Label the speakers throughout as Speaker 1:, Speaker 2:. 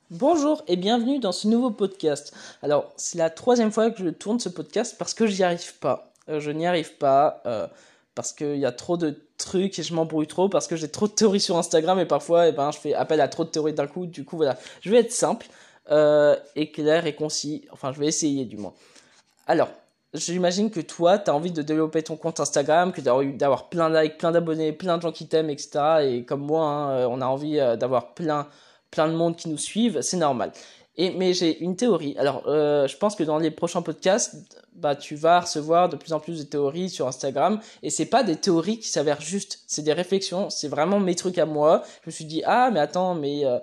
Speaker 1: Bonjour et bienvenue dans ce nouveau podcast. Alors, c'est la troisième fois que je tourne ce podcast parce que j'y arrive pas. Je n'y arrive pas parce qu'il y a trop de trucs et je m'embrouille trop parce que j'ai trop de théories sur Instagram et parfois je fais appel à trop de théories d'un coup. Du coup, voilà, je vais être simple et clair et concis. Enfin, je vais essayer du moins. Alors, j'imagine que toi, tu as envie de développer ton compte Instagram, que d'avoir plein de likes, plein d'abonnés, plein de gens qui t'aiment, etc. Et comme moi, on a envie d'avoir plein de monde qui nous suivent, c'est normal. Mais j'ai une théorie. Alors, je pense que dans les prochains podcasts, tu vas recevoir de plus en plus de théories sur Instagram. Et c'est pas des théories qui s'avèrent justes, c'est des réflexions. C'est vraiment mes trucs à moi. Je me suis dit, ah, mais attends,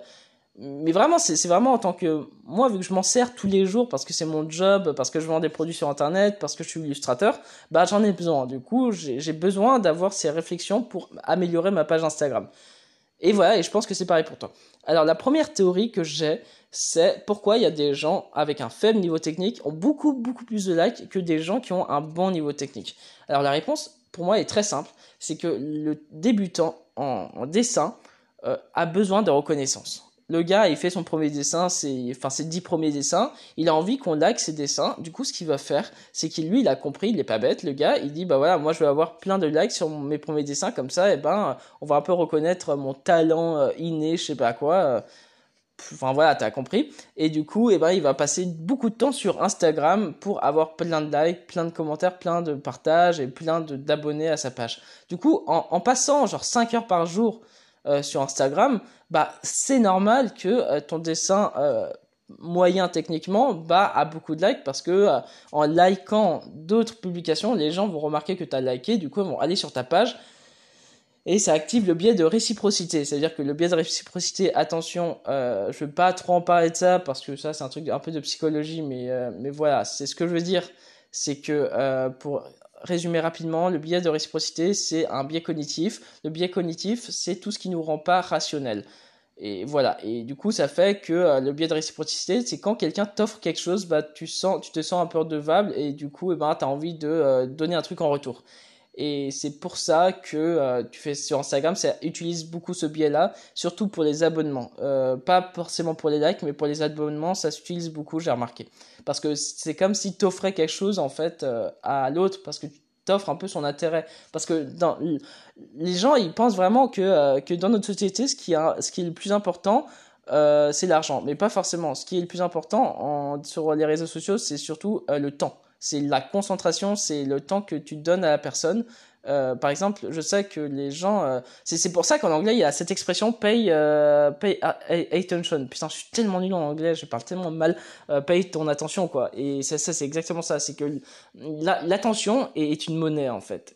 Speaker 1: mais vraiment, c'est vraiment en tant que moi, vu que je m'en sers tous les jours parce que c'est mon job, parce que je vends des produits sur Internet, parce que je suis illustrateur, j'en ai besoin. Du coup, j'ai besoin d'avoir ces réflexions pour améliorer ma page Instagram. Et voilà, et je pense que c'est pareil pour toi. Alors, la première théorie que j'ai, c'est pourquoi il y a des gens avec un faible niveau technique ont beaucoup plus de likes que des gens qui ont un bon niveau technique. Alors, la réponse, pour moi, est très simple. C'est que le débutant en dessin a besoin de reconnaissance. Le gars, il fait son premier dessin, ses 10 premiers dessins, il a envie qu'on like ses dessins. Du coup, ce qu'il va faire, c'est qu'il, lui, il a compris, il est pas bête, le gars, il dit, voilà, moi, je vais avoir plein de likes sur mes premiers dessins, comme ça, on va un peu reconnaître mon talent inné, je sais pas quoi. Enfin, voilà, t'as compris. Et du coup, il va passer beaucoup de temps sur Instagram pour avoir plein de likes, plein de commentaires, plein de partages et d'abonnés à sa page. Du coup, en passant genre 5 heures par jour sur Instagram, c'est normal que ton dessin moyen techniquement a beaucoup de likes parce que en likant d'autres publications, les gens vont remarquer que tu as liké, du coup ils vont aller sur ta page et ça active le biais de réciprocité. C'est-à-dire que le biais de réciprocité, attention, je veux pas trop en parler de ça parce que ça c'est un truc un peu de psychologie, mais voilà, c'est ce que je veux dire, c'est que pour résumer rapidement, le biais de réciprocité, c'est un biais cognitif. Le biais cognitif, c'est tout ce qui nous rend pas rationnel. Et voilà. Et du coup, ça fait que le biais de réciprocité, c'est quand quelqu'un t'offre quelque chose, tu te sens un peu redevable et du coup, t'as envie de donner un truc en retour. Et c'est pour ça que tu fais sur Instagram, ça utilise beaucoup ce biais-là, surtout pour les abonnements. Pas forcément pour les likes, mais pour les abonnements, ça s'utilise beaucoup, j'ai remarqué. Parce que c'est comme si tu offrais quelque chose en fait à l'autre, parce que tu t'offres un peu son intérêt. Parce que les gens, ils pensent vraiment que dans notre société, ce qui est le plus important, c'est l'argent. Mais pas forcément. Ce qui est le plus important sur les réseaux sociaux, c'est surtout le temps. C'est la concentration, c'est le temps que tu donnes à la personne. Par exemple, je sais que les gens, c'est pour ça qu'en anglais il y a cette expression pay attention. Putain, je suis tellement nul en anglais, je parle tellement mal. Pay ton attention quoi. Et ça c'est exactement ça. C'est que l'attention est une monnaie en fait.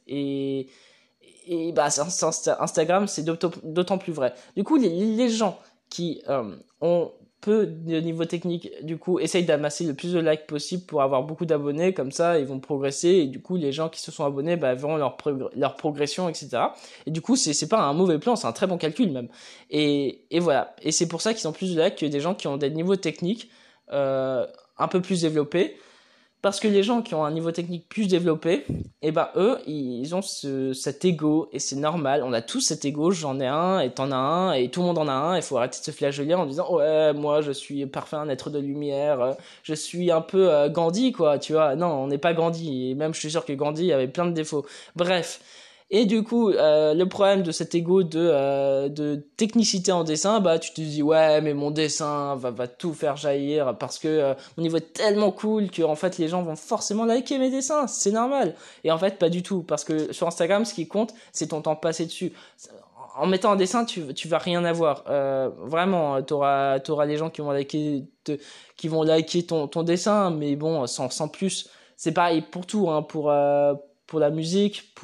Speaker 1: Instagram c'est d'autant plus vrai. Du coup, les gens qui ont peu de niveau technique, du coup, essayent d'amasser le plus de likes possible pour avoir beaucoup d'abonnés, comme ça, ils vont progresser, et du coup, les gens qui se sont abonnés, verront leur progression, etc. Et du coup, c'est pas un mauvais plan, c'est un très bon calcul, même. Et voilà. Et c'est pour ça qu'ils ont plus de likes que des gens qui ont des niveaux techniques, un peu plus développés, parce que les gens qui ont un niveau technique plus développé, eux, ils ont cet ego, et c'est normal. On a tous cet ego, j'en ai un, et t'en as un, et tout le monde en a un. Il faut arrêter de se flageller en disant, ouais, moi, je suis parfait, un être de lumière, je suis un peu Gandhi, quoi, tu vois. Non, on n'est pas Gandhi, et même, je suis sûr que Gandhi avait plein de défauts. Bref. Et du coup, le problème de cet ego de technicité en dessin, tu te dis ouais, mais mon dessin va tout faire jaillir parce que mon niveau est tellement cool que en fait les gens vont forcément liker mes dessins, c'est normal. Et en fait, pas du tout parce que sur Instagram, ce qui compte, c'est ton temps passé dessus. En mettant un dessin, tu vas rien avoir. Vraiment, t'auras les gens qui vont qui vont liker ton dessin, mais bon, sans plus. C'est pareil pour tout, hein, pour la musique,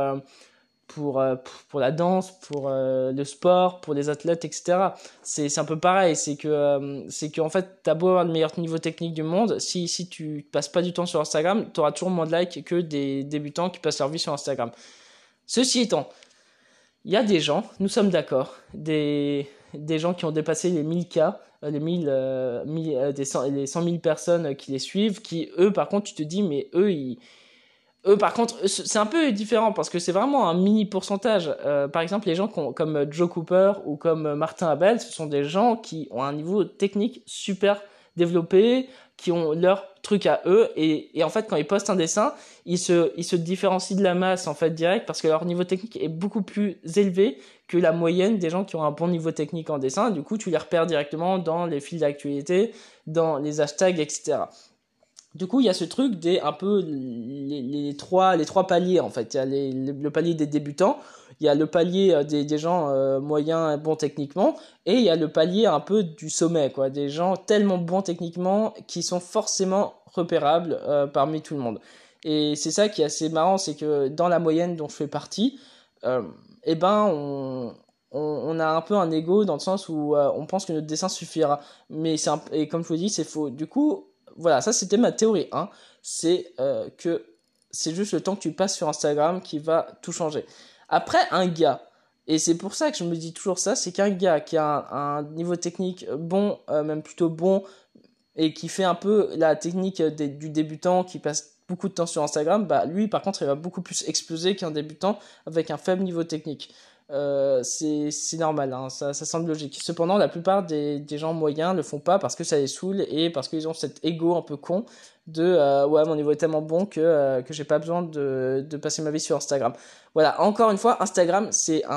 Speaker 1: pour la danse, pour le sport, pour les athlètes, etc. C'est un peu pareil, c'est que en fait, t'as beau avoir le meilleur niveau technique du monde, si tu passes pas du temps sur Instagram, t'auras toujours moins de likes que des débutants qui passent leur vie sur Instagram. Ceci étant, il y a des gens, nous sommes d'accord, des gens qui ont dépassé les 1000 k, les 100 000 personnes qui les suivent, qui eux, par contre, tu te dis, mais eux, Eux, par contre, c'est un peu différent parce que c'est vraiment un mini pourcentage. Par exemple, les gens comme Joe Cooper ou comme Martin Abel, ce sont des gens qui ont un niveau technique super développé, qui ont leur truc à eux, et en fait, quand ils postent un dessin, ils se différencient de la masse, en fait, direct, parce que leur niveau technique est beaucoup plus élevé que la moyenne des gens qui ont un bon niveau technique en dessin. Du coup, tu les repères directement dans les fils d'actualité, dans les hashtags, etc. Du coup, il y a ce truc des un peu les trois paliers en fait. Il y a le palier des débutants, il y a le palier des gens moyens et bons techniquement, et il y a le palier un peu du sommet, quoi, des gens tellement bons techniquement qui sont forcément repérables parmi tout le monde. Et c'est ça qui est assez marrant, c'est que dans la moyenne dont je fais partie, euh, eh ben on a un peu un ego dans le sens où on pense que notre dessin suffira. Mais et comme je vous dis, c'est faux. Du coup, voilà, ça c'était ma théorie 1. C'est que c'est juste le temps que tu passes sur Instagram qui va tout changer. Après, un gars, et c'est pour ça que je me dis toujours ça, c'est qu'un gars qui a un niveau technique bon, même plutôt bon, et qui fait un peu la technique du débutant, qui passe beaucoup de temps sur Instagram, bah lui par contre il va beaucoup plus exploser qu'un débutant avec un faible niveau technique. C'est normal, hein, ça semble logique. Cependant, la plupart des gens moyens le font pas parce que ça les saoule et parce qu'ils ont cet ego un peu con de ouais, mon niveau est tellement bon que j'ai pas besoin de passer ma vie sur Instagram. Voilà, encore une fois, Instagram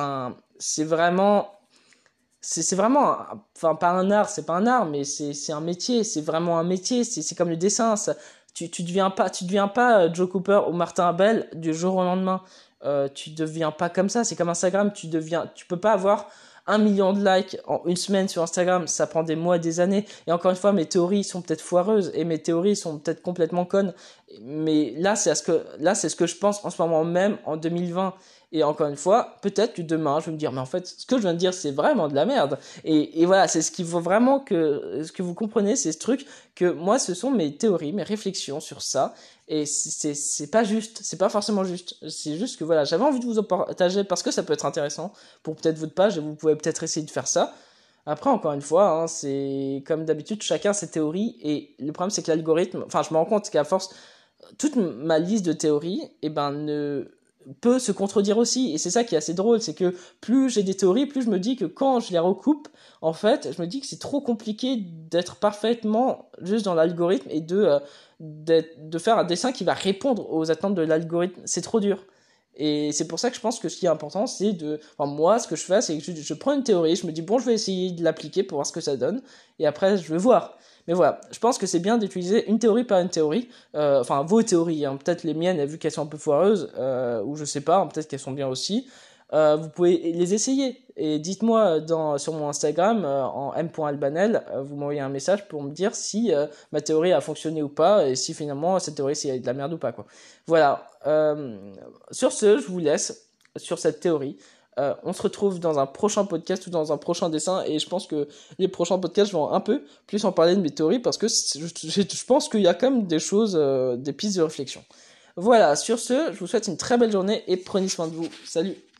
Speaker 1: c'est vraiment enfin pas un art, c'est pas un art, mais c'est un métier, c'est vraiment un métier, c'est comme le dessin, ça, tu deviens pas Joe Cooper ou Martin Abel du jour au lendemain. Tu deviens pas comme ça, c'est comme Instagram, tu peux pas avoir 1 million de likes en une semaine sur Instagram, ça prend des mois, des années. Et encore une fois, mes théories sont peut-être foireuses et mes théories sont peut-être complètement connes, mais là c'est ce que je pense en ce moment même en 2020. Et encore une fois, peut-être que demain, je vais me dire, mais en fait, ce que je viens de dire, c'est vraiment de la merde. Et voilà, c'est ce qu'il faut vraiment ce que vous compreniez, c'est ce truc que moi, ce sont mes théories, mes réflexions sur ça. Et c'est pas juste, c'est pas forcément juste. C'est juste que voilà, j'avais envie de vous en partager parce que ça peut être intéressant pour peut-être votre page et vous pouvez peut-être essayer de faire ça. Après, encore une fois, hein, c'est comme d'habitude, chacun ses théories. Et le problème, c'est que l'algorithme, enfin, je me rends compte qu'à force, toute ma liste de théories, eh ben, peut se contredire aussi. Et c'est ça qui est assez drôle, c'est que plus j'ai des théories, plus je me dis que quand je les recoupe, en fait, je me dis que c'est trop compliqué d'être parfaitement juste dans l'algorithme et de faire un dessin qui va répondre aux attentes de l'algorithme. C'est trop dur. Et c'est pour ça que je pense que ce qui est important, c'est enfin, moi, ce que je fais, c'est que je prends une théorie, je me dis, bon, je vais essayer de l'appliquer pour voir ce que ça donne, et après, je vais voir. Mais voilà, je pense que c'est bien d'utiliser une théorie par une théorie, enfin, vos théories, hein. Peut-être les miennes, vu qu'elles sont un peu foireuses, ou je sais pas, hein, peut-être qu'elles sont bien aussi. Vous pouvez les essayer. Et dites-moi sur mon Instagram, en m.albanel, vous m'envoyez un message pour me dire si ma théorie a fonctionné ou pas, et si finalement cette théorie c'est de la merde ou pas, quoi. Voilà. Sur ce, je vous laisse sur cette théorie. On se retrouve dans un prochain podcast ou dans un prochain dessin, et je pense que les prochains podcasts vont un peu plus en parler de mes théories parce que je pense qu'il y a quand même des choses, des pistes de réflexion. Voilà, sur ce, je vous souhaite une très belle journée et prenez soin de vous. Salut!